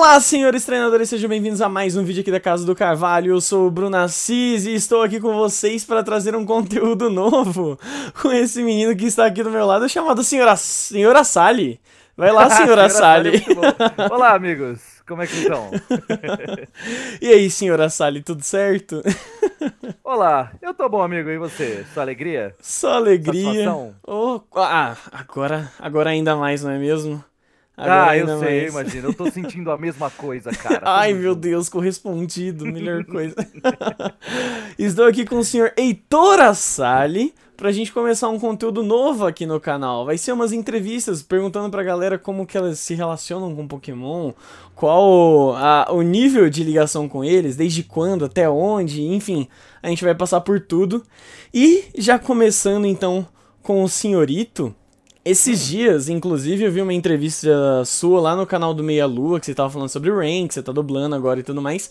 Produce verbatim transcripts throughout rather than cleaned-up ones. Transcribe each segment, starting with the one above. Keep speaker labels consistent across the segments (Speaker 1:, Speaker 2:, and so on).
Speaker 1: Olá, senhores treinadores, sejam bem-vindos a mais um vídeo aqui da Casa do Carvalho. Eu sou o Bruno Assis e estou aqui com vocês para trazer um conteúdo novo com esse menino que está aqui do meu lado, chamado Senhora, Senhora Sally. Vai lá, Senhora, Senhora Sally.
Speaker 2: Sally é muito bom. Olá, amigos, como é que estão?
Speaker 1: E aí, Senhora Sally, tudo certo?
Speaker 2: Olá, eu tô bom, amigo, e você? Sua alegria?
Speaker 1: Só alegria.
Speaker 2: Satisfação?
Speaker 1: Oh, ah, agora, agora ainda mais, não é mesmo? Agora
Speaker 2: Ah, eu
Speaker 1: ainda
Speaker 2: sei, eu
Speaker 1: mais.
Speaker 2: imagino. Eu tô sentindo a mesma coisa, cara.
Speaker 1: Ai,
Speaker 2: Tamo
Speaker 1: meu
Speaker 2: junto.
Speaker 1: Deus, correspondido, melhor coisa. Estou aqui com o senhor Heitor Assali pra gente começar um conteúdo novo aqui no canal. Vai ser umas entrevistas perguntando pra galera como que elas se relacionam com Pokémon, qual a, o nível de ligação com eles, desde quando, até onde, enfim, a gente vai passar por tudo. E já começando então com o senhorito. Esses dias, inclusive, eu vi uma entrevista sua lá no canal do Meia Lua, que você tava falando sobre o Rank, você tá dublando agora e tudo mais.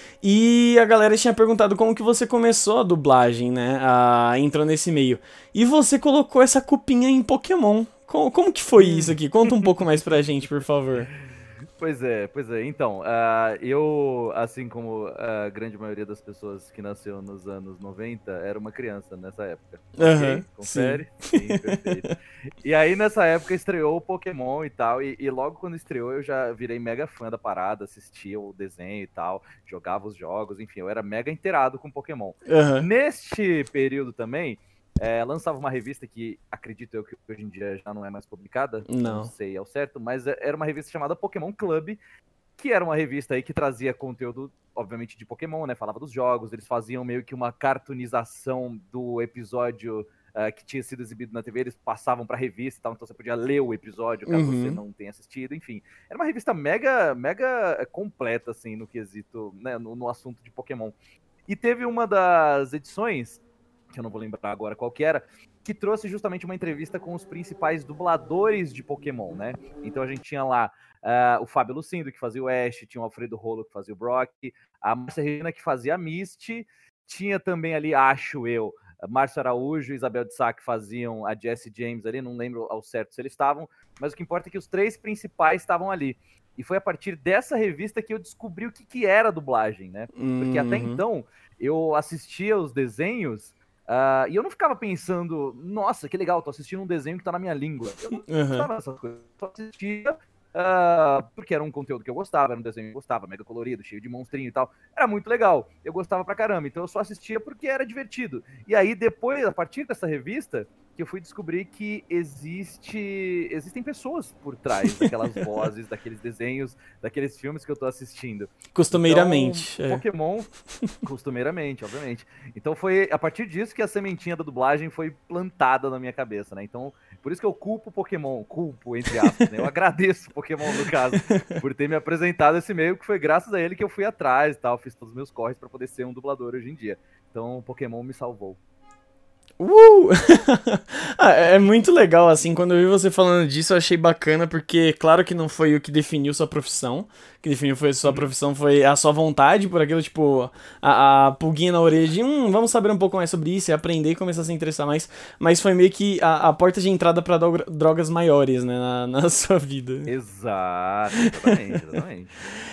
Speaker 1: E a galera tinha perguntado como que você começou a dublagem, né? A, entrou nesse meio. E você colocou essa cupinha em Pokémon. Como, como que foi isso aqui? Conta um pouco mais pra gente, por favor.
Speaker 2: Pois é, pois é. Então, uh, eu, assim como a grande maioria das pessoas que nasceu nos anos noventa, era uma criança nessa época.
Speaker 1: Aham,
Speaker 2: Ok? Confere?
Speaker 1: sim.
Speaker 2: Sim, perfeito. E aí, nessa época, estreou o Pokémon e tal, e, e logo quando estreou, eu já virei mega fã da parada, assistia o desenho e tal, jogava os jogos, enfim, eu era mega inteirado com Pokémon.
Speaker 1: Aham.
Speaker 2: Neste período também, É, lançava uma revista que, acredito eu, que hoje em dia já não é mais publicada, não,
Speaker 1: Não.
Speaker 2: sei ao certo, mas era uma revista chamada Pokémon Club, que era uma revista aí que trazia conteúdo, obviamente, de Pokémon, né? Falava dos jogos, eles faziam meio que uma cartoonização do episódio uh, que tinha sido exibido na T V, eles passavam pra revista e tal, então você podia ler o episódio caso
Speaker 1: Uhum.
Speaker 2: você não tenha assistido, enfim. Era uma revista mega, mega completa, assim, no quesito, né, no, no assunto de Pokémon. E teve uma das edições, que eu não vou lembrar agora qual que era, que trouxe justamente uma entrevista com os principais dubladores de Pokémon, né? Então a gente tinha lá uh, o Fábio Lucindo, que fazia o Ash, tinha o Alfredo Rolo, que fazia o Brock, a Márcia Regina, que fazia a Misty, tinha também ali, acho eu, Márcio Araújo e Isabel de Sá, que faziam a Jessie James ali, não lembro ao certo se eles estavam, mas o que importa é que os três principais estavam ali. E foi a partir dessa revista que eu descobri o que, que era dublagem, né? Porque até
Speaker 1: Uhum.
Speaker 2: então eu assistia os desenhos Uh, e eu não ficava pensando, nossa, que legal, tô assistindo um desenho que tá na minha língua. Eu não
Speaker 1: Uhum.
Speaker 2: gostava dessas coisas. Eu só assistia uh, porque era um conteúdo que eu gostava, era um desenho que eu gostava, mega colorido, cheio de monstrinho e tal. Era muito legal. Eu gostava pra caramba. Então eu só assistia porque era divertido. E aí, depois, a partir dessa revista, que eu fui descobrir que existe existem pessoas por trás daquelas vozes, daqueles desenhos, daqueles filmes que eu tô assistindo.
Speaker 1: Costumeiramente.
Speaker 2: Então, Pokémon, é. Costumeiramente, obviamente. Então foi a partir disso que a sementinha da dublagem foi plantada na minha cabeça, né? Então, por isso que eu culpo o Pokémon, culpo, entre aspas, né? Eu agradeço o Pokémon, no caso, por ter me apresentado esse meio, que foi graças a ele que eu fui atrás e tal, fiz todos os meus corres pra poder ser um dublador hoje em dia. Então, o Pokémon me salvou.
Speaker 1: Uh! Ah, é muito legal, assim, quando eu vi você falando disso, eu achei bacana, porque claro que não foi o que definiu sua profissão, o que definiu foi a sua profissão foi a sua vontade por aquilo, tipo, a, a pulguinha na orelha de, hum, vamos saber um pouco mais sobre isso, e aprender e começar a se interessar mais, mas foi meio que a, a porta de entrada pra drogas maiores, né, na, na sua vida.
Speaker 2: Exato, exatamente, exatamente.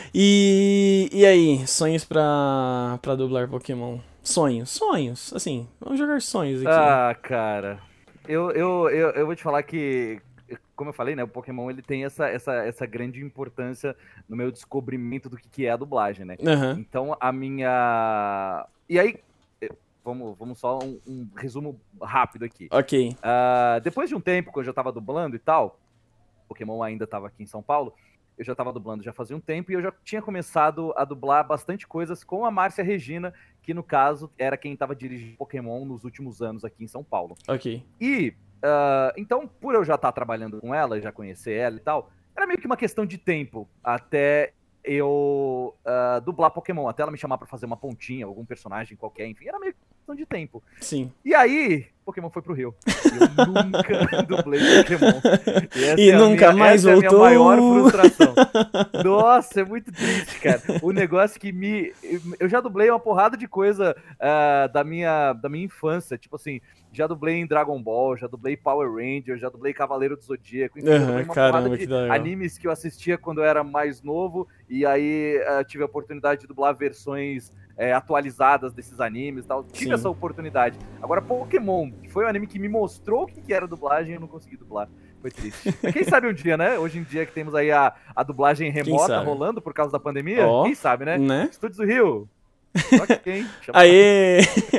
Speaker 1: E, e aí, sonhos pra, pra dublar Pokémon? Sonhos, sonhos, assim, vamos jogar sonhos aqui.
Speaker 2: Ah, cara, eu, eu, eu, eu vou te falar que, como eu falei, né, o Pokémon ele tem essa, essa, essa grande importância no meu descobrimento do que, que é a dublagem, né?
Speaker 1: Uhum.
Speaker 2: Então, a minha... E aí, vamos, vamos só um, um resumo rápido aqui.
Speaker 1: Ok.
Speaker 2: Uh, depois de um tempo, quando eu já tava dublando e tal, Pokémon ainda tava aqui em São Paulo, eu já tava dublando já fazia um tempo e eu já tinha começado a dublar bastante coisas com a Márcia Regina, que no caso era quem tava dirigindo Pokémon nos últimos anos aqui em São Paulo.
Speaker 1: Ok.
Speaker 2: E, uh, então, por eu já estar trabalhando com ela, já conhecer ela e tal, era meio que uma questão de tempo até eu uh, dublar Pokémon, até ela me chamar pra fazer uma pontinha, algum personagem qualquer, enfim, era meio que questão de tempo.
Speaker 1: Sim.
Speaker 2: E aí, Pokémon foi pro Rio. Eu nunca dublei Pokémon.
Speaker 1: E, e é nunca minha, mais
Speaker 2: essa
Speaker 1: voltou.
Speaker 2: É a minha maior frustração. Nossa, é muito triste, cara. O negócio que me... Eu já dublei uma porrada de coisa uh, da, minha, da minha infância. Tipo assim, já dublei em Dragon Ball, já dublei Power Ranger, já dublei Cavaleiro do Zodíaco. Enfim,
Speaker 1: uhum,
Speaker 2: já dublei uma
Speaker 1: caramba,
Speaker 2: porrada de animes que eu assistia quando eu era mais novo. E aí uh, tive a oportunidade de dublar versões é, atualizadas desses animes e tal. Tive Sim. essa oportunidade. Agora, Pokémon, que foi um anime que me mostrou o que era dublagem, eu não consegui dublar. Foi triste. Mas quem sabe um dia, né? Hoje em dia que temos aí a, a dublagem remota rolando por causa da pandemia. Oh, quem sabe, né?
Speaker 1: né?
Speaker 2: Estúdios do Rio. Okay,
Speaker 1: Aê!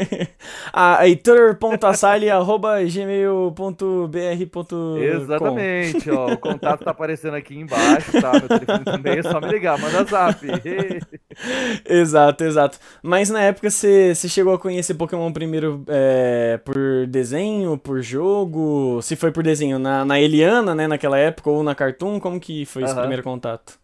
Speaker 1: A heitor ponto assali arroba gmail ponto b r ponto com.
Speaker 2: Exatamente, ó. O contato tá aparecendo aqui embaixo, tá? Meu telefone também é só me ligar, manda zap.
Speaker 1: Exato, exato. Mas na época você chegou a conhecer Pokémon primeiro é, por desenho, por jogo? Se foi por desenho na, na Eliana, né, naquela época, ou na Cartoon, como que foi uh-huh. esse primeiro contato?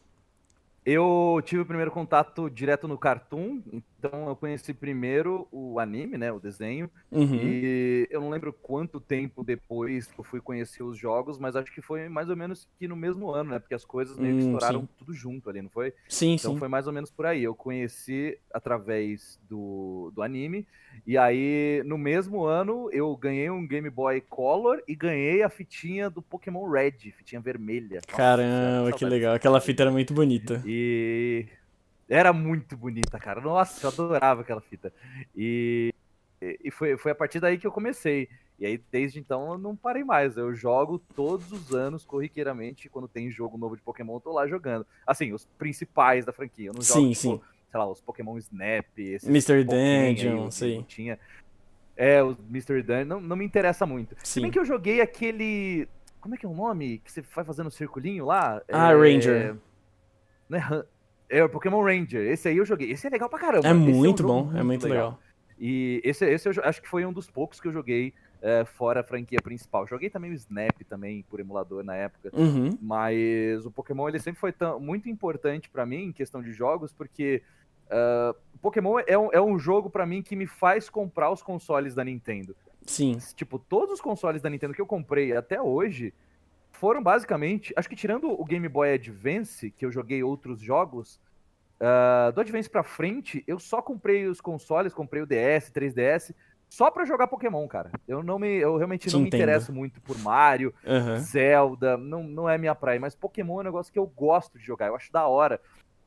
Speaker 2: Eu tive o primeiro contato direto no Cartoon, então eu conheci primeiro o anime, né, o desenho,
Speaker 1: uhum.
Speaker 2: e eu não lembro quanto tempo depois que eu fui conhecer os jogos, mas acho que foi mais ou menos que no mesmo ano, né, porque as coisas meio que estouraram
Speaker 1: hum,
Speaker 2: tudo junto ali, não foi?
Speaker 1: Sim,
Speaker 2: então
Speaker 1: sim.
Speaker 2: foi mais ou menos por aí, eu conheci através do, do anime, e aí no mesmo ano eu ganhei um Game Boy Color e ganhei a fitinha do Pokémon Red, fitinha vermelha. Nossa,
Speaker 1: caramba, que legal, aquela fita era muito bonita.
Speaker 2: E era muito bonita, cara. Nossa, eu adorava aquela fita. E, e foi, foi a partir daí que eu comecei. E aí, desde então, eu não parei mais. Eu jogo todos os anos, corriqueiramente. Quando tem jogo novo de Pokémon, eu tô lá jogando. Assim, os principais da franquia. Eu não jogo,
Speaker 1: sim,
Speaker 2: tipo,
Speaker 1: sim.
Speaker 2: sei lá, os Pokémon Snap, esses
Speaker 1: mister Dungeon,
Speaker 2: sim. Tinha. É, o mister Dungeon. Não, não me interessa muito.
Speaker 1: Sim.
Speaker 2: Se bem que eu joguei aquele... Como é que é o nome? Que você vai fazendo um circulinho lá?
Speaker 1: Ah,
Speaker 2: é...
Speaker 1: Ranger.
Speaker 2: Né? É o Pokémon Ranger. Esse aí eu joguei. Esse é legal pra caramba.
Speaker 1: É muito
Speaker 2: é um
Speaker 1: bom,
Speaker 2: muito
Speaker 1: é muito legal. legal.
Speaker 2: E esse, esse eu acho que foi um dos poucos que eu joguei é, fora a franquia principal. Joguei também o Snap também por emulador na época.
Speaker 1: Uhum.
Speaker 2: Mas o Pokémon ele sempre foi tão, muito importante pra mim em questão de jogos, porque uh, o Pokémon é um, é um jogo pra mim que me faz comprar os consoles da Nintendo.
Speaker 1: Sim.
Speaker 2: Tipo, todos os consoles da Nintendo que eu comprei até hoje foram basicamente, acho que tirando o Game Boy Advance, que eu joguei outros jogos, uh, do Advance pra frente, eu só comprei os consoles, comprei o D S, três D S, só pra jogar Pokémon, cara. Eu não me, eu realmente
Speaker 1: Te
Speaker 2: não
Speaker 1: entendo.
Speaker 2: me interesso muito por Mario,
Speaker 1: uhum.
Speaker 2: Zelda, não, não é minha praia, mas Pokémon é um negócio que eu gosto de jogar, eu acho da hora.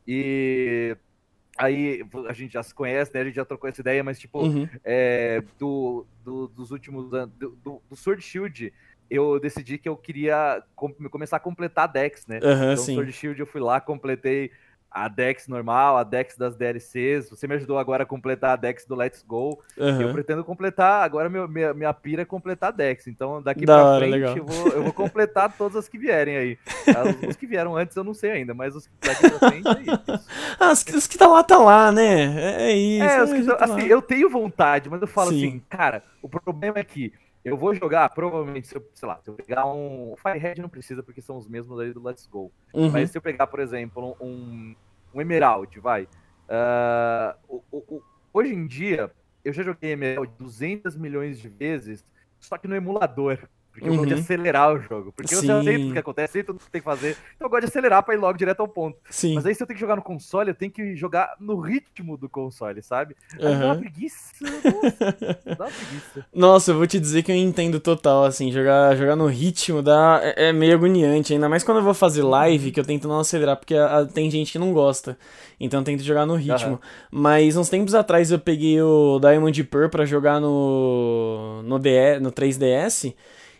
Speaker 2: E aí, a gente já se conhece, né, a gente já trocou essa ideia, mas tipo,
Speaker 1: uhum.
Speaker 2: é, do, do, dos últimos anos, do, do, do Sword Shield, eu decidi que eu queria com, começar a completar a Dex, né?
Speaker 1: Uhum,
Speaker 2: então,
Speaker 1: sim.
Speaker 2: Sword Shield, eu fui lá, completei a Dex normal, a Dex das D L Cs. Você me ajudou agora a completar a Dex do Let's Go.
Speaker 1: Uhum.
Speaker 2: Eu pretendo completar, agora meu, minha, minha pira é completar a Dex. Então, daqui
Speaker 1: da
Speaker 2: pra
Speaker 1: hora,
Speaker 2: frente,
Speaker 1: legal.
Speaker 2: eu vou, eu vou completar todas as que vierem aí. Os, os que vieram antes eu não sei ainda, mas os daqui pra frente é isso.
Speaker 1: Ah, os, os que tá lá, tá lá, né? É, é isso.
Speaker 2: É, os que
Speaker 1: tá,
Speaker 2: tá, assim, eu tenho vontade, mas eu falo
Speaker 1: Sim.
Speaker 2: assim, cara, o problema é que eu vou jogar, provavelmente, se eu, sei lá, se eu pegar um... O Firehead não precisa, porque são os mesmos aí do Let's Go.
Speaker 1: Uhum.
Speaker 2: Mas se eu pegar, por exemplo, um, um Emerald, vai. Uh, o, o, o, hoje em dia, eu já joguei Emerald duzentos milhões de vezes, só que no emulador. Porque eu
Speaker 1: uhum.
Speaker 2: gosto de acelerar o jogo. Porque
Speaker 1: Sim.
Speaker 2: eu sei tudo o que acontece, sei tudo o que tem que fazer. Então eu gosto de acelerar pra ir logo direto ao ponto.
Speaker 1: Sim.
Speaker 2: Mas aí se eu tenho que jogar no console, eu tenho que jogar no ritmo do console, sabe? Aí
Speaker 1: uhum.
Speaker 2: dá uma preguiça. Nossa, dá uma preguiça.
Speaker 1: Nossa, eu vou te dizer que eu entendo total, assim, jogar, jogar no ritmo dá, é, é meio agoniante, ainda mais quando eu vou fazer live, que eu tento não acelerar, porque a, a, tem gente que não gosta, então eu tento jogar no ritmo. Uhum. Mas uns tempos atrás eu peguei o Diamond Pearl pra jogar no, no, D S, no três D S,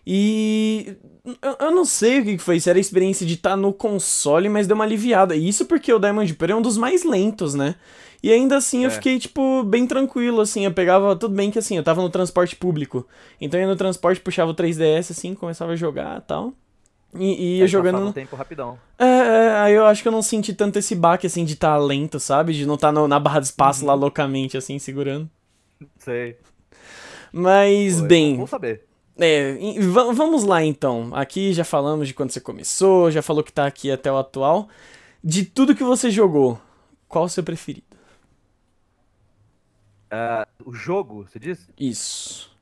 Speaker 1: e eu, eu não sei o que foi, se era a experiência de estar no console, mas deu uma aliviada. E isso porque o Diamond Pearl é um dos mais lentos, né? E ainda assim eu
Speaker 2: é.
Speaker 1: fiquei, tipo, bem tranquilo, assim, eu pegava, tudo bem que assim, eu tava no transporte público, então eu ia no transporte, puxava o três D S, assim, começava a jogar e tal, e ia jogando...
Speaker 2: um tempo rapidão.
Speaker 1: É, é, aí eu acho que eu não senti tanto esse baque, assim, de estar tá lento, sabe? De não estar tá na barra de espaço uhum. lá loucamente, assim, segurando.
Speaker 2: Sei.
Speaker 1: Mas,
Speaker 2: Pô,
Speaker 1: bem...
Speaker 2: Vou saber.
Speaker 1: É, vamos lá então. Aqui já falamos de quando você começou, já falou que tá aqui até o atual. De tudo que você jogou, qual o seu preferido?
Speaker 2: Uh, O jogo, você disse?
Speaker 1: Isso.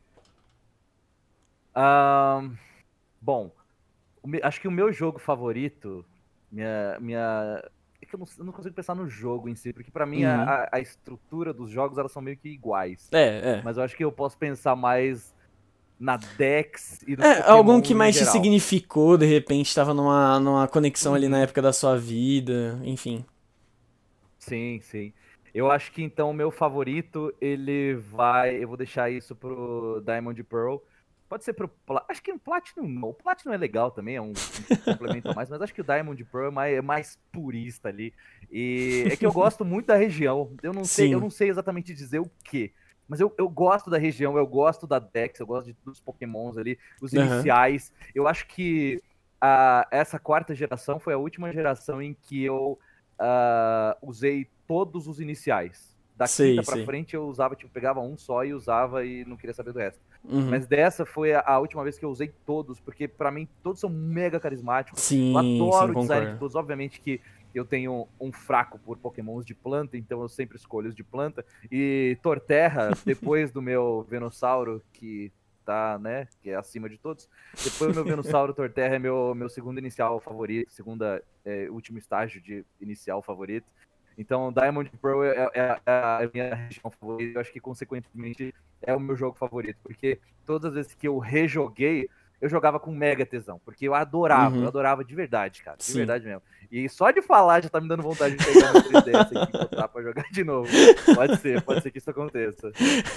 Speaker 2: Ahn, bom, o me- acho que o meu jogo favorito, minha, minha, é que eu não, eu não consigo pensar no jogo em si, porque pra mim a,
Speaker 1: Uhum.
Speaker 2: a- a estrutura dos jogos elas são meio que iguais.
Speaker 1: É, é.
Speaker 2: Mas eu acho que eu posso pensar mais na Dex e nos
Speaker 1: É, algum que
Speaker 2: Pokémons em
Speaker 1: mais te
Speaker 2: geral.
Speaker 1: significou, de repente, tava numa, numa conexão ali na
Speaker 2: Uhum.
Speaker 1: época da sua vida, enfim.
Speaker 2: Sim, sim. Eu acho que então o meu favorito, ele vai. Eu vou deixar isso pro Diamond Pearl. Pode ser pro. Pla- Acho que o Platinum não. O Platinum é legal também, é um, um complemento a mais, mas acho que o Diamond Pearl é mais, é mais purista ali. E é que eu gosto muito da região. Eu não sei, eu
Speaker 1: Sim.
Speaker 2: não sei exatamente dizer o quê. Mas eu, eu gosto da região, eu gosto da Dex, eu gosto de, dos Pokémons ali, os
Speaker 1: Aham.
Speaker 2: iniciais. Eu acho que a, essa quarta geração foi a última geração em que eu ah, usei todos os iniciais. Da quinta
Speaker 1: Sei,
Speaker 2: pra
Speaker 1: sei.
Speaker 2: frente eu usava, tipo, pegava um só e usava e não queria saber do resto.
Speaker 1: Uhum.
Speaker 2: Mas dessa foi a, a última vez que eu usei todos, porque pra mim todos são mega carismáticos. Eu
Speaker 1: Sim, sim,
Speaker 2: adoro o design de
Speaker 1: concordo.
Speaker 2: todos. Obviamente que eu tenho um fraco por pokémons de planta, então eu sempre escolho os de planta. E Torterra, depois do meu Venossauro, que tá, né, que é acima de todos, depois do meu Venossauro, Torterra é meu, meu segundo inicial favorito, segunda, é, último estágio de inicial favorito. Então, Diamond Pearl é, é- é a minha região favorita. Eu acho que, consequentemente, é o meu jogo favorito. Porque todas as vezes que eu rejoguei, eu jogava com mega tesão. Porque eu adorava, eu
Speaker 1: Uhum.
Speaker 2: adorava de verdade, cara. De
Speaker 1: Sim.
Speaker 2: verdade mesmo. E só de falar já tá me dando vontade de pegar meu três D S aqui e botar pra jogar de novo. Pode ser, pode ser que isso aconteça.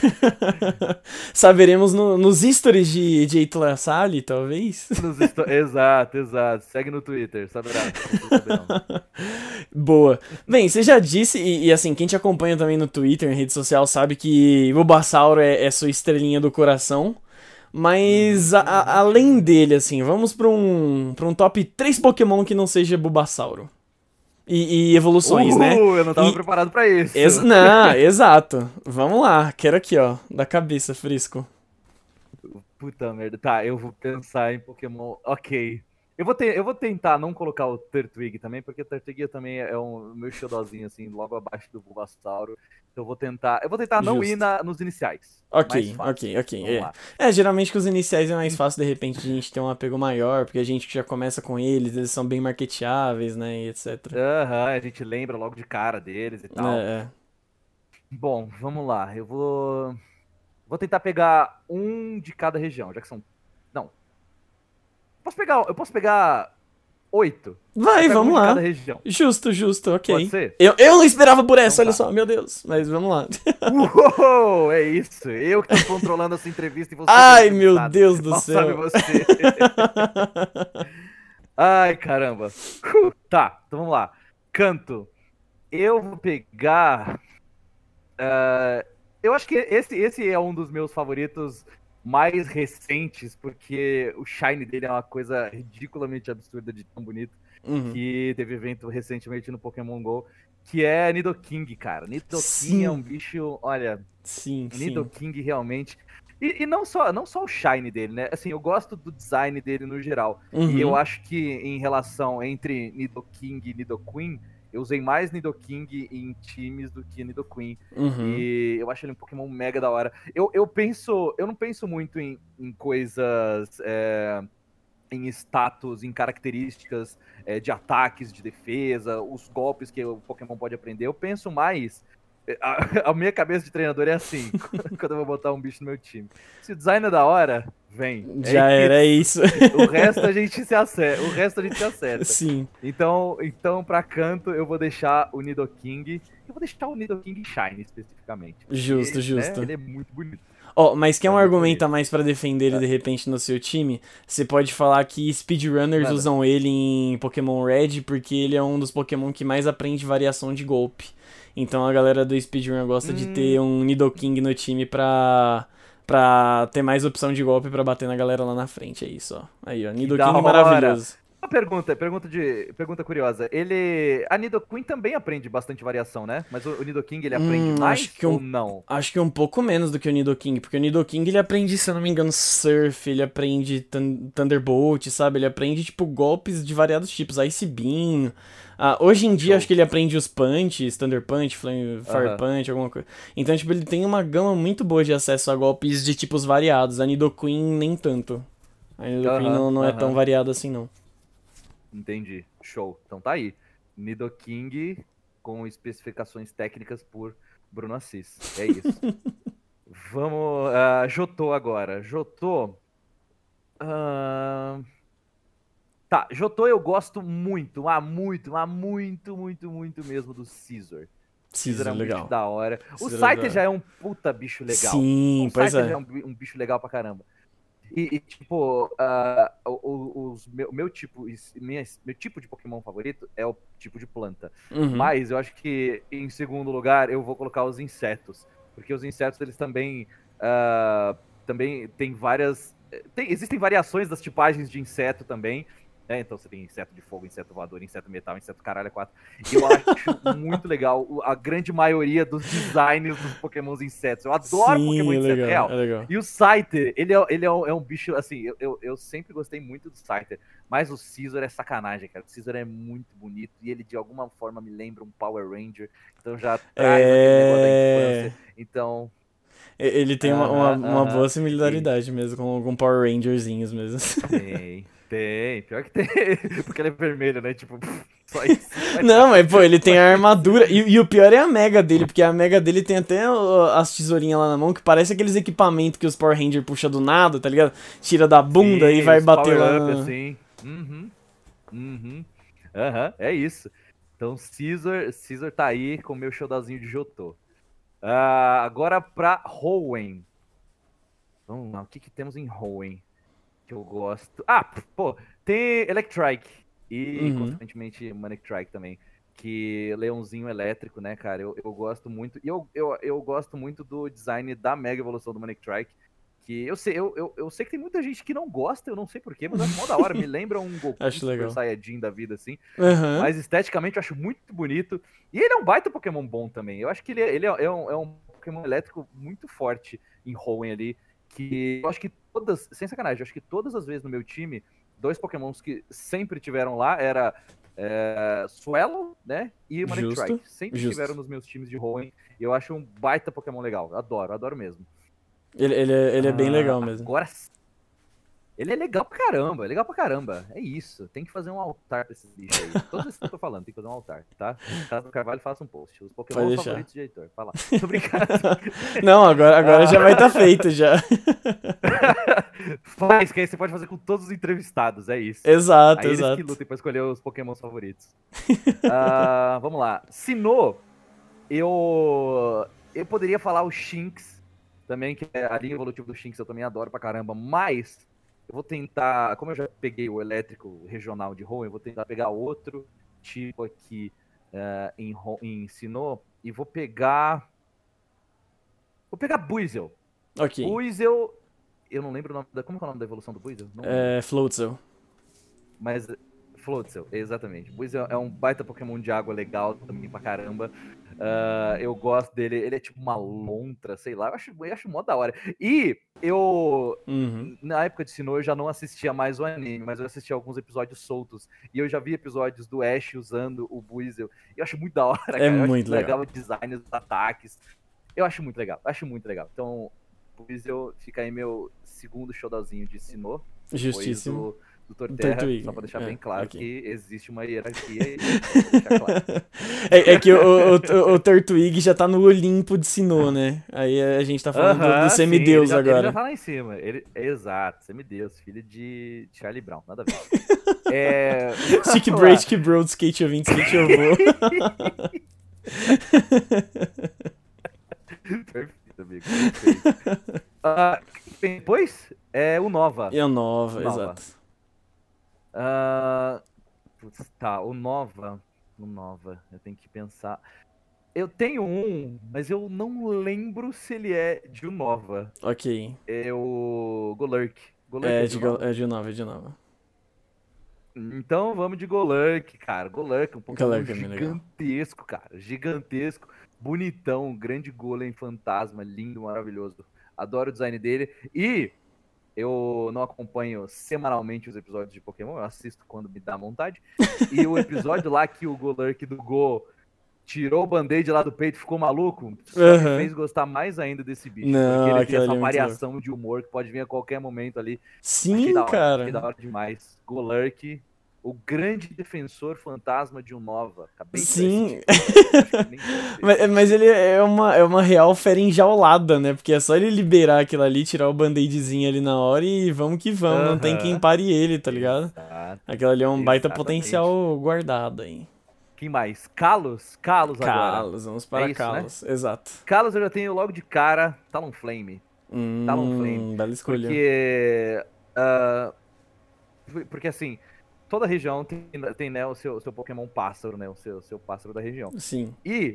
Speaker 1: Saberemos no- nos stories de, de Heitor Sali, talvez.
Speaker 2: Nos esto- Exato, exato. Segue no Twitter, saberá. Vocês saberão.
Speaker 1: Boa. Bem, você já disse, e, e assim, quem te acompanha também no Twitter, em rede social, sabe que Bulbasauro é, é sua estrelinha do coração.
Speaker 2: Uhum,
Speaker 1: Mas a- a-
Speaker 2: uhum.
Speaker 1: além dele, assim, vamos pra um, pra um top três Pokémon que não seja Bulbasauro. E, e evoluções, né?
Speaker 2: Uh, eu não tava
Speaker 1: E.
Speaker 2: preparado pra isso.
Speaker 1: Ex não, exato. Vamos lá, quero aqui, ó, da cabeça, Frisco.
Speaker 2: Puta merda. Tá, eu vou pensar em Pokémon. Ok. Eu vou, ter, eu vou tentar não colocar o Turtwig também, porque o Turtwig também é um meu xodózinho, assim, logo abaixo do Bulbasauro. Então eu vou tentar. Eu vou tentar não ir
Speaker 1: Justo.
Speaker 2: na, nos iniciais. Mais
Speaker 1: Ok,
Speaker 2: fácil.
Speaker 1: ok, ok.
Speaker 2: Vamos
Speaker 1: É.
Speaker 2: lá.
Speaker 1: É, geralmente com os iniciais é mais fácil, de repente, a gente ter um apego maior, porque a gente que já começa com eles, eles são bem marketeáveis, né, e etcétera.
Speaker 2: Aham, a gente lembra logo de cara deles e
Speaker 1: É,
Speaker 2: tal.
Speaker 1: é.
Speaker 2: Bom, vamos lá. Eu vou. Vou tentar pegar um de cada região, já que são. Não. Posso pegar. Eu posso pegar oito. Eu
Speaker 1: Vai,
Speaker 2: pego um
Speaker 1: vamos
Speaker 2: de cada
Speaker 1: lá.
Speaker 2: região.
Speaker 1: Justo, justo,
Speaker 2: Pode
Speaker 1: ok.
Speaker 2: ser?
Speaker 1: Eu, eu não esperava por essa,
Speaker 2: Então
Speaker 1: olha
Speaker 2: tá.
Speaker 1: só, meu Deus. Mas vamos lá.
Speaker 2: Uou, é isso. Eu que tô controlando essa entrevista e você que é o
Speaker 1: Ai, meu
Speaker 2: entrevistado.
Speaker 1: Deus do
Speaker 2: Mal sabe
Speaker 1: céu.
Speaker 2: você. Ai, caramba. Uh, Tá, então vamos lá. Canto. Eu vou pegar. ah, eu acho que esse, esse é um dos meus favoritos mais recentes, porque o shine dele é uma coisa ridiculamente absurda de tão bonito.
Speaker 1: Uhum.
Speaker 2: Que teve evento recentemente no Pokémon GO, que é Nidoking, cara. Nidoking é um
Speaker 1: Sim,
Speaker 2: bicho, olha,
Speaker 1: sim,
Speaker 2: o
Speaker 1: sim.
Speaker 2: Nidoking realmente. E, e não só não só o shine dele, né? Assim, eu gosto do design dele no geral. E eu
Speaker 1: Uhum,
Speaker 2: acho que em relação entre Nidoking e Nidoqueen, eu usei mais Nidoking em times do que Nidoqueen.
Speaker 1: uhum,
Speaker 2: E eu acho ele um Pokémon mega da hora. Eu, eu penso, eu não penso muito em, em coisas. É, em status, em características é, de ataques, de defesa, os golpes que o Pokémon pode aprender. Eu penso mais. A, a minha cabeça de treinador é assim, quando eu vou botar um bicho no meu time. Se o design é da hora, vem. É
Speaker 1: já era
Speaker 2: isso.
Speaker 1: isso.
Speaker 2: O resto a gente se acerta. O resto a gente se acerta.
Speaker 1: Sim,
Speaker 2: Então, então para canto, eu vou deixar o Nidoking. Eu vou deixar o Nidoking Shine especificamente.
Speaker 1: justo,
Speaker 2: Porque, né,
Speaker 1: justo.
Speaker 2: ele é muito bonito.
Speaker 1: Ó, mas quer
Speaker 2: É
Speaker 1: um
Speaker 2: muito
Speaker 1: argumento a
Speaker 2: bonito.
Speaker 1: mais pra defender ele de repente no seu time? Você pode falar que speedrunners
Speaker 2: Manda.
Speaker 1: usam ele em Pokémon Red porque ele é um dos Pokémon que mais aprende variação de golpe. Então a galera do speedrun gosta de ter
Speaker 2: Hum,
Speaker 1: um Nidoking no time pra, pra ter mais opção de golpe pra bater na galera lá na frente. É isso, ó. Aí, ó.
Speaker 2: que da
Speaker 1: Nidoking
Speaker 2: hora.
Speaker 1: maravilhoso.
Speaker 2: Uma pergunta, pergunta de, pergunta curiosa. Ele, a Nidoqueen também aprende bastante variação, né? Mas o, o Nidoking ele aprende
Speaker 1: Hum,
Speaker 2: mais
Speaker 1: acho que
Speaker 2: ou
Speaker 1: um,
Speaker 2: não?
Speaker 1: acho que um pouco menos do que o Nidoking, porque o Nidoking ele aprende, se eu não me engano, Surf, ele aprende thun- Thunderbolt, sabe? Ele aprende, tipo, golpes de variados tipos, Ice Beam. Ah, hoje em dia, acho
Speaker 2: Show.
Speaker 1: que ele aprende os punches, Thunder Punch, Flame, Fire
Speaker 2: Aham.
Speaker 1: Punch, alguma coisa. Então, tipo, ele tem uma gama muito boa de acesso a golpes de tipos variados. A Nidoqueen, nem tanto. A Nidoqueen
Speaker 2: Aham.
Speaker 1: não, não é tão
Speaker 2: Aham.
Speaker 1: variada assim, não.
Speaker 2: Entendi. Show. Então tá aí. Nidoking com especificações técnicas por Bruno Assis. É isso. Vamos. Uh, Jotô agora. Jotô. ah, Tá, Jotô eu gosto muito, ah, muito, ah, muito, muito, muito mesmo do Caesar. Caesar é
Speaker 1: Caesar,
Speaker 2: um bicho
Speaker 1: legal.
Speaker 2: da hora. O
Speaker 1: Caesar é
Speaker 2: Scyther
Speaker 1: legal.
Speaker 2: já é um puta bicho legal. O
Speaker 1: Sim, pois
Speaker 2: Scyther já é
Speaker 1: é.
Speaker 2: um, bi- um bicho legal pra caramba. E, e, tipo, ah, o, o- os, meu, meu tipo, is- minha- meu tipo de Pokémon favorito é o tipo de planta.
Speaker 1: Uhum.
Speaker 2: Mas eu acho que, em segundo lugar, eu vou colocar os insetos. Porque os insetos, eles também, ah, também tem várias... tem- existem variações das tipagens de inseto também. Né? Então você tem inseto de fogo, inseto voador, inseto metal, inseto caralho, é quatro. E eu acho muito legal o- a grande maioria dos designs dos Pokémons insetos. Eu adoro Pokémon
Speaker 1: Sim, é
Speaker 2: inseto,
Speaker 1: legal,
Speaker 2: real.
Speaker 1: é legal.
Speaker 2: E o Scyther, ele é, ele é, um, é um bicho, assim, eu, eu, eu sempre gostei muito do Scyther, mas o Caesar é sacanagem, cara. O Caesar é muito bonito e ele de alguma forma me lembra um Power Ranger, então já traz aquele negócio da
Speaker 1: É.
Speaker 2: infância. Então,
Speaker 1: E- Ele tem uma, uma,
Speaker 2: aham,
Speaker 1: uma
Speaker 2: aham.
Speaker 1: boa
Speaker 2: E
Speaker 1: similaridade mesmo com, com Power Rangerzinhos mesmo.
Speaker 2: tem, tem, pior que tem, porque ele é vermelho, né? Tipo, só isso, mas
Speaker 1: Não,
Speaker 2: tá.
Speaker 1: mas pô, ele tem
Speaker 2: Mas,
Speaker 1: a armadura. E, e o pior é a Mega dele, porque a Mega dele tem até ó, as tesourinhas lá na mão, que parece aqueles equipamentos que os Power Rangers puxa do nada, tá ligado? Tira da bunda e
Speaker 2: sim,
Speaker 1: vai
Speaker 2: os
Speaker 1: bater lá
Speaker 2: power-up,
Speaker 1: na.
Speaker 2: assim. Uhum, uhum. Aham, é isso. Então, Caesar, Caesar tá aí com o meu showzinho de Jotô. Ah, agora pra Hoenn. Vamos lá, o que, que temos em Hoenn que eu gosto? Ah, pô, tem Electrike e,
Speaker 1: Uhum.
Speaker 2: consequentemente, Manectric também. Que leãozinho elétrico, né, cara? Eu, eu gosto muito. E eu, eu, eu gosto muito do design da Mega Evolução do Manectric. Que eu sei, eu, eu, eu sei que tem muita gente que não gosta, eu não sei porquê, mas eu acho mó da hora. Me lembra um Goku
Speaker 1: Acho
Speaker 2: Super
Speaker 1: legal.
Speaker 2: Saiyajin da vida, assim.
Speaker 1: Aham.
Speaker 2: Mas esteticamente eu acho muito bonito. E ele é um baita Pokémon bom também. Eu acho que ele, é, ele é, é um, é um Pokémon elétrico muito forte em Hoenn ali. Que eu acho que todas, sem sacanagem, eu acho que todas as vezes no meu time, dois Pokémons que sempre tiveram lá era é, Swellow, né? E
Speaker 1: Justo.
Speaker 2: Manectric. Sempre estiveram
Speaker 1: Justo.
Speaker 2: nos meus times de Hoenn. E eu acho um baita Pokémon legal. Adoro, adoro mesmo.
Speaker 1: Ele, ele, é, ele é bem
Speaker 2: Ah,
Speaker 1: legal mesmo.
Speaker 2: agora ele é legal pra caramba, é legal pra caramba. É isso. Tem que fazer um altar pra esses bichos aí. Todos esses que eu tô falando, tem que fazer um altar, tá? Caso do Carvalho faça um post. Os
Speaker 1: Pode
Speaker 2: Pokémon
Speaker 1: deixar.
Speaker 2: favoritos de Heitor. Fala. Tô brincando.
Speaker 1: Não, agora, agora já
Speaker 2: Ah,
Speaker 1: vai estar tá feito já.
Speaker 2: faz, que aí você pode fazer com todos os entrevistados, é isso.
Speaker 1: Exato,
Speaker 2: Aí eles que
Speaker 1: exato.
Speaker 2: lutem pra escolher os Pokémon favoritos. Ah, vamos lá. Sinnoh, eu. Eu poderia falar o Shinx também, que é a linha evolutiva do Shinx, eu também adoro pra caramba, mas eu vou tentar, como eu já peguei o elétrico regional de Hoenn, eu vou tentar pegar outro tipo aqui uh, em, em Sinnoh e vou pegar. Vou pegar Buizel.
Speaker 1: Ok.
Speaker 2: Buizel. Eu não lembro o nome da. Como é o nome da evolução do Buizel? Não lembro.
Speaker 1: É, Floatzel.
Speaker 2: Mas. Floatzel, exatamente. Buizel é um baita Pokémon de água legal também pra caramba. Uh, eu gosto dele. Ele é tipo uma lontra, sei lá. Eu acho, eu acho mó da hora. E eu.
Speaker 1: Uhum.
Speaker 2: Na época de Sinnoh eu já não assistia mais o anime, mas eu assistia alguns episódios soltos. E eu já vi episódios do Ash usando o Buizel. E eu acho muito da hora,
Speaker 1: É
Speaker 2: cara. Eu acho
Speaker 1: muito legal.
Speaker 2: legal o design dos ataques. Eu acho muito legal, acho muito legal. Então, Buizel fica aí meu segundo showdownzinho de Sinnoh.
Speaker 1: Justíssimo.
Speaker 2: Do, do Torterra,
Speaker 1: Tortuga.
Speaker 2: só pra deixar
Speaker 1: É,
Speaker 2: bem claro
Speaker 1: ok.
Speaker 2: que existe uma hierarquia aí, só pra deixar claro.
Speaker 1: é, é que o, o, o Tortuig já tá no Olimpo de Sinnoh, né? Aí a gente tá falando do, do
Speaker 2: Aham, sim, ele
Speaker 1: semideus
Speaker 2: já, ele já
Speaker 1: agora.
Speaker 2: tá lá em cima. Ele, exato, semideus, filho de Charlie Brown, nada a ver. É,
Speaker 1: Stick
Speaker 2: vamos
Speaker 1: Braid,
Speaker 2: lá.
Speaker 1: Stick Broad, Skate ouvinte, Skate Ovo.
Speaker 2: Perfeito, amigo, perfeito. Ah, depois é o Nova.
Speaker 1: E a nova,
Speaker 2: Nova.
Speaker 1: exato.
Speaker 2: Ah, putz, tá, o Nova. O Nova, eu tenho que pensar. Eu tenho um, mas eu não lembro se ele é de Unova.
Speaker 1: Ok.
Speaker 2: É o Golurk. Golurk
Speaker 1: É
Speaker 2: é de
Speaker 1: de, go-
Speaker 2: Unova?
Speaker 1: é de nova, é de nova.
Speaker 2: Então vamos de Golurk, cara. Golurk, um Pokémon
Speaker 1: Golurk é bem legal.
Speaker 2: gigantesco, cara. Gigantesco, bonitão, grande golem fantasma, lindo, maravilhoso. Adoro o design dele. E eu não acompanho semanalmente os episódios de Pokémon, eu assisto quando me dá vontade. E o episódio lá que o Golurk do Go tirou o band-aid lá do peito e ficou maluco, só me
Speaker 1: Aham.
Speaker 2: fez gostar mais ainda desse bicho.
Speaker 1: Não,
Speaker 2: porque ele tem
Speaker 1: aquele
Speaker 2: essa
Speaker 1: ali é muito
Speaker 2: variação de humor que pode vir a qualquer momento ali. Achei
Speaker 1: Sim,
Speaker 2: da hora, achei da
Speaker 1: cara.
Speaker 2: hora demais. Golurk, o grande defensor fantasma de Unova. Acabei de dar esse
Speaker 1: Sim.
Speaker 2: título, acho que nem deve ter.
Speaker 1: Mas, mas ele é uma, é uma real fera enjaulada, né? Porque é só ele liberar aquilo ali, tirar o band-aidzinho ali na hora e vamos que vamos. Não tem quem
Speaker 2: Aham.
Speaker 1: pare ele, tá ligado?
Speaker 2: Exato,
Speaker 1: Aquilo ali é um baita
Speaker 2: exatamente.
Speaker 1: potencial guardado aí.
Speaker 2: Quem mais? Kalos? Kalos agora.
Speaker 1: Kalos, vamos para
Speaker 2: É isso, né?
Speaker 1: Kalos. Exato.
Speaker 2: Kalos eu já tenho logo de cara Talonflame. Talonflame.
Speaker 1: Hum, bela escolha.
Speaker 2: Porque. ah, porque assim, toda região tem, tem né, o seu, seu Pokémon pássaro, né? O seu, seu pássaro da região.
Speaker 1: Sim.
Speaker 2: E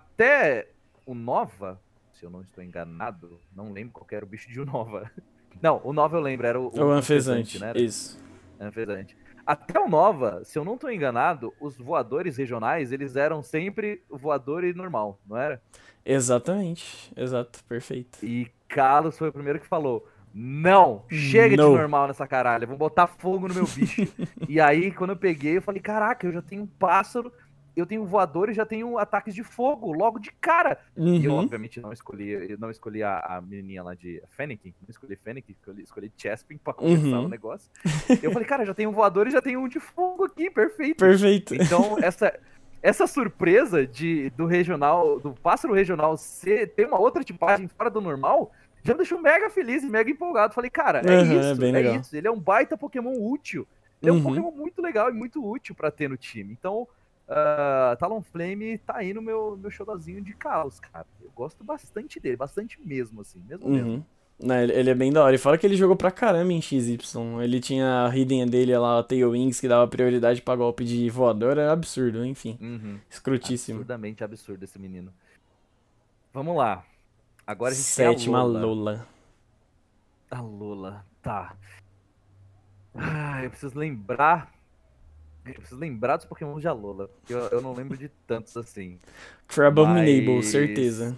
Speaker 2: até o Nova, se eu não estou enganado, não lembro qual que era o bicho de Unova. Não, o Nova eu lembro, era o,
Speaker 1: O anfesante,
Speaker 2: né? Era
Speaker 1: isso.
Speaker 2: anfesante. Até o Nova, se eu não estou enganado, os voadores regionais, eles eram sempre voador e normal, não era?
Speaker 1: Exatamente. Exato, perfeito.
Speaker 2: E Carlos foi o primeiro que falou: não, chega de
Speaker 1: No.
Speaker 2: normal nessa caralho, vou botar fogo no meu bicho. E aí, quando eu peguei, eu falei: caraca, eu já tenho um pássaro, eu tenho um voador e já tenho ataques de fogo, logo de cara. E eu,
Speaker 1: Uhum.
Speaker 2: obviamente, não escolhi, eu não escolhi a, a menininha lá de Fennekin, não escolhi Fennekin, escolhi, escolhi Chespin pra começar
Speaker 1: Uhum.
Speaker 2: o negócio. Eu falei: cara, já tenho um voador e já tenho um de fogo aqui, perfeito.
Speaker 1: Perfeito.
Speaker 2: Então, essa. Essa surpresa de, do regional, do pássaro regional ser, ter uma outra tipagem fora do normal, já me deixou mega feliz e mega empolgado. Falei, cara, é
Speaker 1: Uhum, é
Speaker 2: isso,
Speaker 1: bem
Speaker 2: é
Speaker 1: legal.
Speaker 2: isso. Ele é um baita Pokémon útil. Ele é um
Speaker 1: Uhum.
Speaker 2: Pokémon muito legal e muito útil pra ter no time. Então, uh, Talonflame tá aí no meu, meu showzinho de Kalos, cara. Eu gosto bastante dele, bastante mesmo, assim, mesmo mesmo.
Speaker 1: Uhum. Não, ele, ele é bem da hora. E fora que ele jogou pra caramba em X Y. Ele tinha a Hidden dele lá, a Tailwings, que dava prioridade pra golpe de voador. Era absurdo, enfim.
Speaker 2: Uhum.
Speaker 1: Escrutíssimo.
Speaker 2: Absurdamente absurdo esse menino. Vamos lá. Agora a gente
Speaker 1: Sétima
Speaker 2: tem a Lola.
Speaker 1: Lola.
Speaker 2: A Lola, tá. Ah, eu preciso lembrar. Eu preciso lembrar dos Pokémon de Alola. Porque eu, eu não lembro de tantos assim.
Speaker 1: Abominable,
Speaker 2: Mas.
Speaker 1: certeza.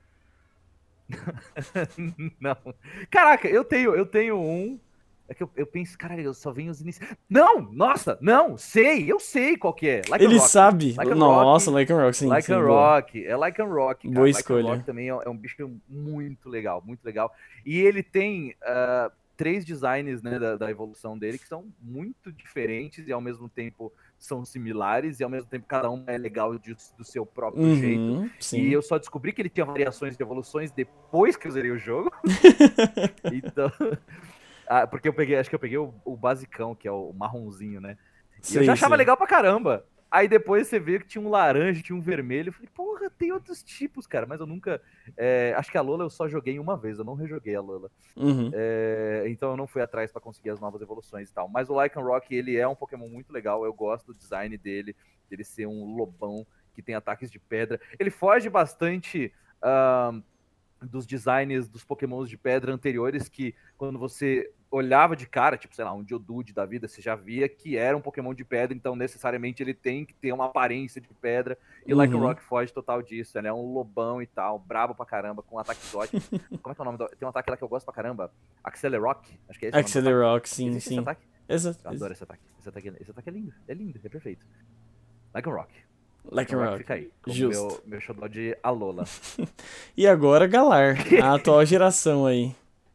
Speaker 2: Não. Caraca, eu tenho, eu tenho um. É que eu, eu penso, caralho, eu só venho os iniciais. Não! Nossa! Não! Sei! Eu sei qual que é. Lycanroc.
Speaker 1: Ele sabe.
Speaker 2: Lycanroc.
Speaker 1: Nossa, Lycanroc, sim, sim. Boa,
Speaker 2: Lycanroc. É Lycanroc, cara.
Speaker 1: boa escolha.
Speaker 2: Lycanroc também é, é um bicho muito legal, muito legal. E ele tem ah, três designs, né, da, da evolução dele que são muito diferentes e ao mesmo tempo são similares e ao mesmo tempo cada um é legal de- do seu próprio
Speaker 1: Uhum,
Speaker 2: jeito.
Speaker 1: sim.
Speaker 2: E eu só descobri que ele tinha variações de evoluções depois que eu zerei o jogo. Então, ah, porque eu peguei, acho que eu peguei o, o basicão, que é o marronzinho, né? E eu
Speaker 1: Sei,
Speaker 2: já achava
Speaker 1: sei.
Speaker 2: legal pra caramba. Aí depois você vê que tinha um laranja, tinha um vermelho. Eu falei, porra, tem outros tipos, cara. Mas eu nunca. é, acho que a Lola eu só joguei uma vez, eu não rejoguei a Lola.
Speaker 1: Uhum.
Speaker 2: É, então eu não fui atrás pra conseguir as novas evoluções e tal. Mas o Lycanroc, ele é um Pokémon muito legal. Eu gosto do design dele, dele ser um lobão que tem ataques de pedra. Ele foge bastante ahn, dos designs dos Pokémons de pedra anteriores, que quando você olhava de cara, tipo, sei lá, um Geodude da vida, você já via que era um Pokémon de pedra, então necessariamente ele tem que ter uma aparência de pedra. E o
Speaker 1: Uhum.
Speaker 2: Lycanroc foge total disso. Ele é um lobão e tal, brabo pra caramba, com um ataque exótico. Como é que é o nome do... Tem um ataque lá que eu gosto pra caramba. Accelerock. Acho que é esse o nome do ataque.
Speaker 1: Accelerock, sim,
Speaker 2: Existe esse
Speaker 1: sim.
Speaker 2: ataque?
Speaker 1: Exato.
Speaker 2: Eu adoro esse ataque. Esse ataque, esse ataque é lindo. É lindo, é perfeito. Lycanroc.
Speaker 1: Lycanroc.
Speaker 2: Fica aí. Como
Speaker 1: Justo.
Speaker 2: meu, meu xodó de Alola.
Speaker 1: E agora Galar, a atual geração aí.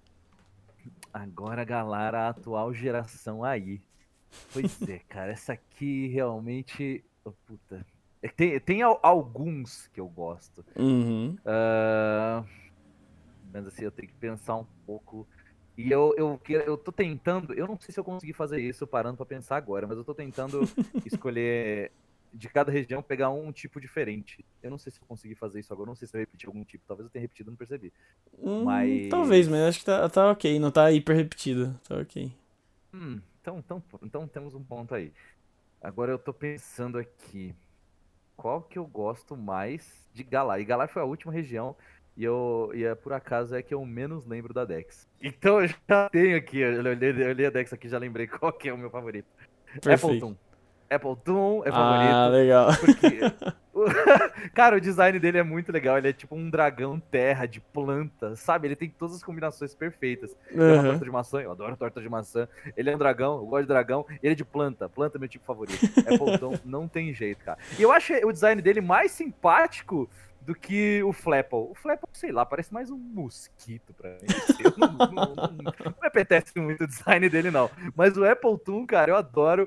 Speaker 2: Agora, galera, a atual geração aí. Pois é, cara, essa aqui realmente. Oh, puta. É que Tem, tem al- alguns que eu gosto.
Speaker 1: Uhum.
Speaker 2: Ah, mas assim, eu tenho que pensar um pouco. E eu, eu, que- eu tô tentando. Eu não sei se eu consegui fazer isso parando pra pensar agora, mas eu tô tentando escolher de cada região pegar um tipo diferente. Eu não sei se eu consegui fazer isso agora, eu não sei se eu repeti algum tipo. Talvez eu tenha repetido, não percebi.
Speaker 1: Hum,
Speaker 2: Mas.
Speaker 1: talvez, mas acho que tá, tá ok, não tá hiper repetido. Tá ok.
Speaker 2: Hum, então, então, então temos um ponto aí. Agora eu tô pensando aqui. Qual que eu gosto mais de Galar? E Galar foi a última região. E, eu, e é, por acaso é a que eu menos lembro da Dex. Então eu já tenho aqui. Eu olhei, eu olhei a Dex aqui e já lembrei qual que é o meu favorito.
Speaker 1: Perfeito.
Speaker 2: Appleton. Appleton é favorito.
Speaker 1: Ah, legal.
Speaker 2: Porque, cara, o design dele é muito legal. Ele é tipo um dragão terra de planta, sabe? Ele tem todas as combinações perfeitas. Ele é uma
Speaker 1: Uhum.
Speaker 2: torta de maçã, eu adoro torta de maçã. Ele é um dragão, eu gosto de dragão. Ele é de planta, planta é meu tipo favorito. Appleton não tem jeito, cara. E eu acho o design dele mais simpático do que o Flapple. O Flapple, sei lá, parece mais um mosquito pra mim. Eu não, não, não, não, não me apetece muito o design dele, não. Mas o Appleton, cara, eu adoro.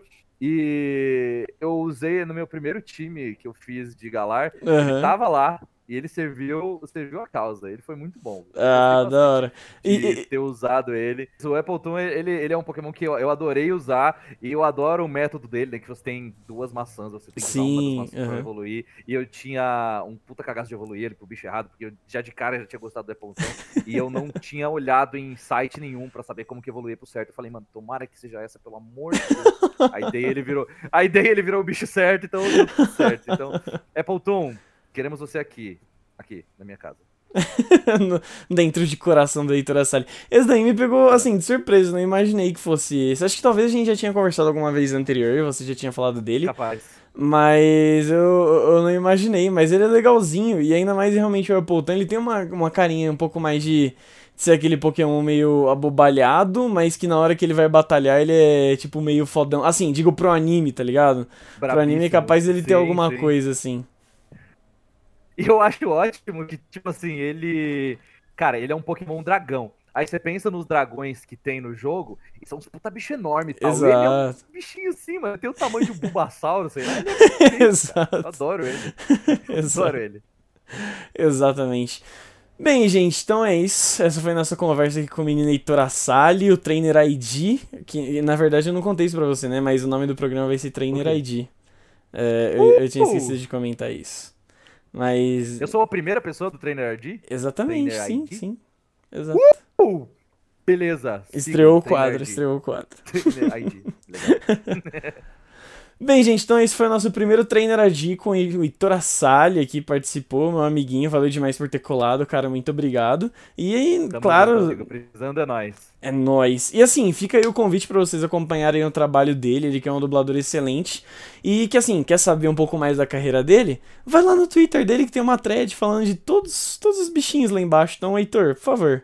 Speaker 2: E eu usei no meu primeiro time que eu fiz de Galar. Ele
Speaker 1: Uhum.
Speaker 2: tava lá e ele serviu, serviu a causa. Ele foi muito bom. Eu
Speaker 1: Ah,
Speaker 2: gostei
Speaker 1: da
Speaker 2: bastante
Speaker 1: hora.
Speaker 2: de
Speaker 1: E, e-
Speaker 2: ter usado ele. O Appleton, ele, ele é um Pokémon que eu, eu adorei usar. E eu adoro o método dele, né? Que você tem duas maçãs, você tem que usar uma das
Speaker 1: sim,
Speaker 2: maçãs pra
Speaker 1: uhum.
Speaker 2: evoluir. E eu tinha um puta cagaço de evoluir ele pro bicho errado, porque eu já de cara já tinha gostado do Appleton. E eu não tinha olhado em site nenhum pra saber como que evoluir pro certo. Eu falei, mano, tomara que seja essa, pelo amor de Deus. A ideia ele virou, a ideia ele virou o bicho certo, então deu tudo certo. Então, Appleton, queremos você aqui, aqui na minha casa.
Speaker 1: No- dentro de coração do Heitor Assali. Esse daí me pegou,
Speaker 2: É.
Speaker 1: assim, de surpresa, não imaginei que fosse esse. Acho que talvez a gente já tinha conversado alguma vez anterior, você já tinha falado dele,
Speaker 2: Capaz.
Speaker 1: mas eu, eu não imaginei, mas ele é legalzinho, e ainda mais realmente o Appleton, ele tem uma, uma carinha um pouco mais de, de ser aquele Pokémon meio abobalhado, mas que na hora que ele vai batalhar ele é, tipo, meio fodão. Assim, digo pro anime, tá ligado? Pro anime é
Speaker 2: Brabíssimo.
Speaker 1: capaz dele ter
Speaker 2: Sim,
Speaker 1: alguma
Speaker 2: sim.
Speaker 1: coisa, assim.
Speaker 2: E eu acho ótimo que, tipo assim, ele. Cara, ele é um Pokémon dragão. Aí você pensa nos dragões que tem no jogo, e são uns puta bicho enorme e tal. Ele é um
Speaker 1: Exato.
Speaker 2: bichinho assim, mano. Tem o tamanho de um Bulbasauro, sei lá. Ele é perfeito, cara. Eu
Speaker 1: Exato.
Speaker 2: adoro ele.
Speaker 1: Exato.
Speaker 2: Adoro ele.
Speaker 1: Exatamente. Bem, gente, então é isso. Essa foi a nossa conversa aqui com o menino Heitor Assali, o Trainer I D. Que na verdade eu não contei isso pra você, né? Mas o nome do programa vai ser Trainer
Speaker 2: Ok.
Speaker 1: I D. É, eu, eu tinha esquecido de comentar isso. Mas.
Speaker 2: Eu sou a primeira pessoa do Trainer I D?
Speaker 1: Exatamente,
Speaker 2: Trainer
Speaker 1: sim,
Speaker 2: I D?
Speaker 1: sim. Exato.
Speaker 2: Uh! Beleza.
Speaker 1: Estreou
Speaker 2: sigam
Speaker 1: o quadro,
Speaker 2: Trainer I D.
Speaker 1: estreou o quadro.
Speaker 2: Trainer I D. Legal.
Speaker 1: Bem, gente, então esse foi o nosso primeiro Trainer I D com o Heitor Assali aqui, participou, meu amiguinho, valeu demais por ter colado, cara, muito obrigado. E aí,
Speaker 2: Tamo
Speaker 1: claro,
Speaker 2: junto, amigo. Precisando é nóis.
Speaker 1: é nóis. E assim, fica aí o convite pra vocês acompanharem o trabalho dele, ele que é um dublador excelente. E que assim, quer saber um pouco mais da carreira dele? Vai lá no Twitter dele que tem uma thread falando de todos, todos os bichinhos lá embaixo. Então, Heitor, por favor.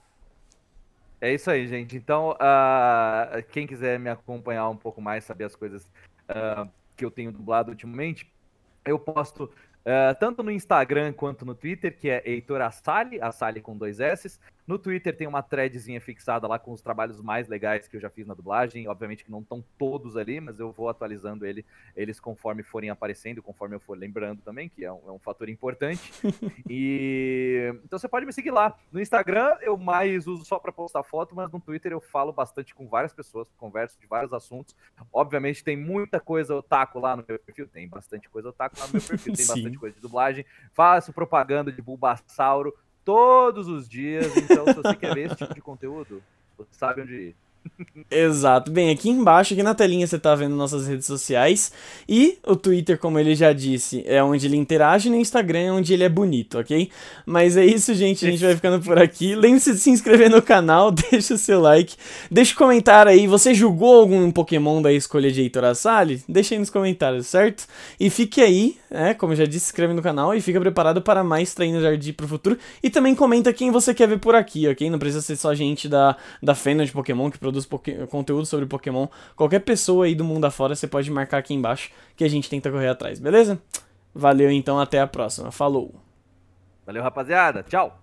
Speaker 2: É isso aí, gente. Então, uh, quem quiser me acompanhar um pouco mais, saber as coisas uh, que eu tenho dublado ultimamente, eu posto uh, tanto no Instagram quanto no Twitter, que é Heitor Assali, Assali com dois S. No Twitter tem uma threadzinha fixada lá com os trabalhos mais legais que eu já fiz na dublagem. Obviamente que não estão todos ali, mas eu vou atualizando ele, eles conforme forem aparecendo, conforme eu for lembrando também, que é um, é um fator importante. E então você pode me seguir lá. No Instagram eu mais uso só para postar foto, mas no Twitter eu falo bastante com várias pessoas, converso de vários assuntos. Obviamente tem muita coisa otaku lá no meu perfil, tem bastante coisa otaku lá no meu perfil, tem
Speaker 1: Sim.
Speaker 2: bastante coisa de dublagem. Faço propaganda de Bulbasauro todos os dias, então se você quer ver esse tipo de conteúdo, você sabe onde ir.
Speaker 1: Exato. Bem, aqui embaixo, aqui na telinha você tá vendo nossas redes sociais. E o Twitter, como ele já disse, é onde ele interage, e no Instagram é onde ele é bonito, ok? Mas é isso, gente. A gente vai ficando por aqui. Lembre-se de se inscrever no canal, deixa o seu like, deixa o comentário aí. Você julgou algum Pokémon da escolha de Heitor Assali? Deixa aí nos comentários, certo? E fique aí, né? Como eu já disse, se inscreve no canal e fica preparado para mais treinos de R D pro futuro. E também comenta quem você quer ver por aqui, ok? Não precisa ser só gente da, da fandom de Pokémon que produz poké- conteúdo sobre Pokémon. Qualquer pessoa aí do mundo afora, você pode marcar aqui embaixo que a gente tenta correr atrás, beleza? Valeu então, até a próxima. Falou!
Speaker 2: Valeu, rapaziada. Tchau.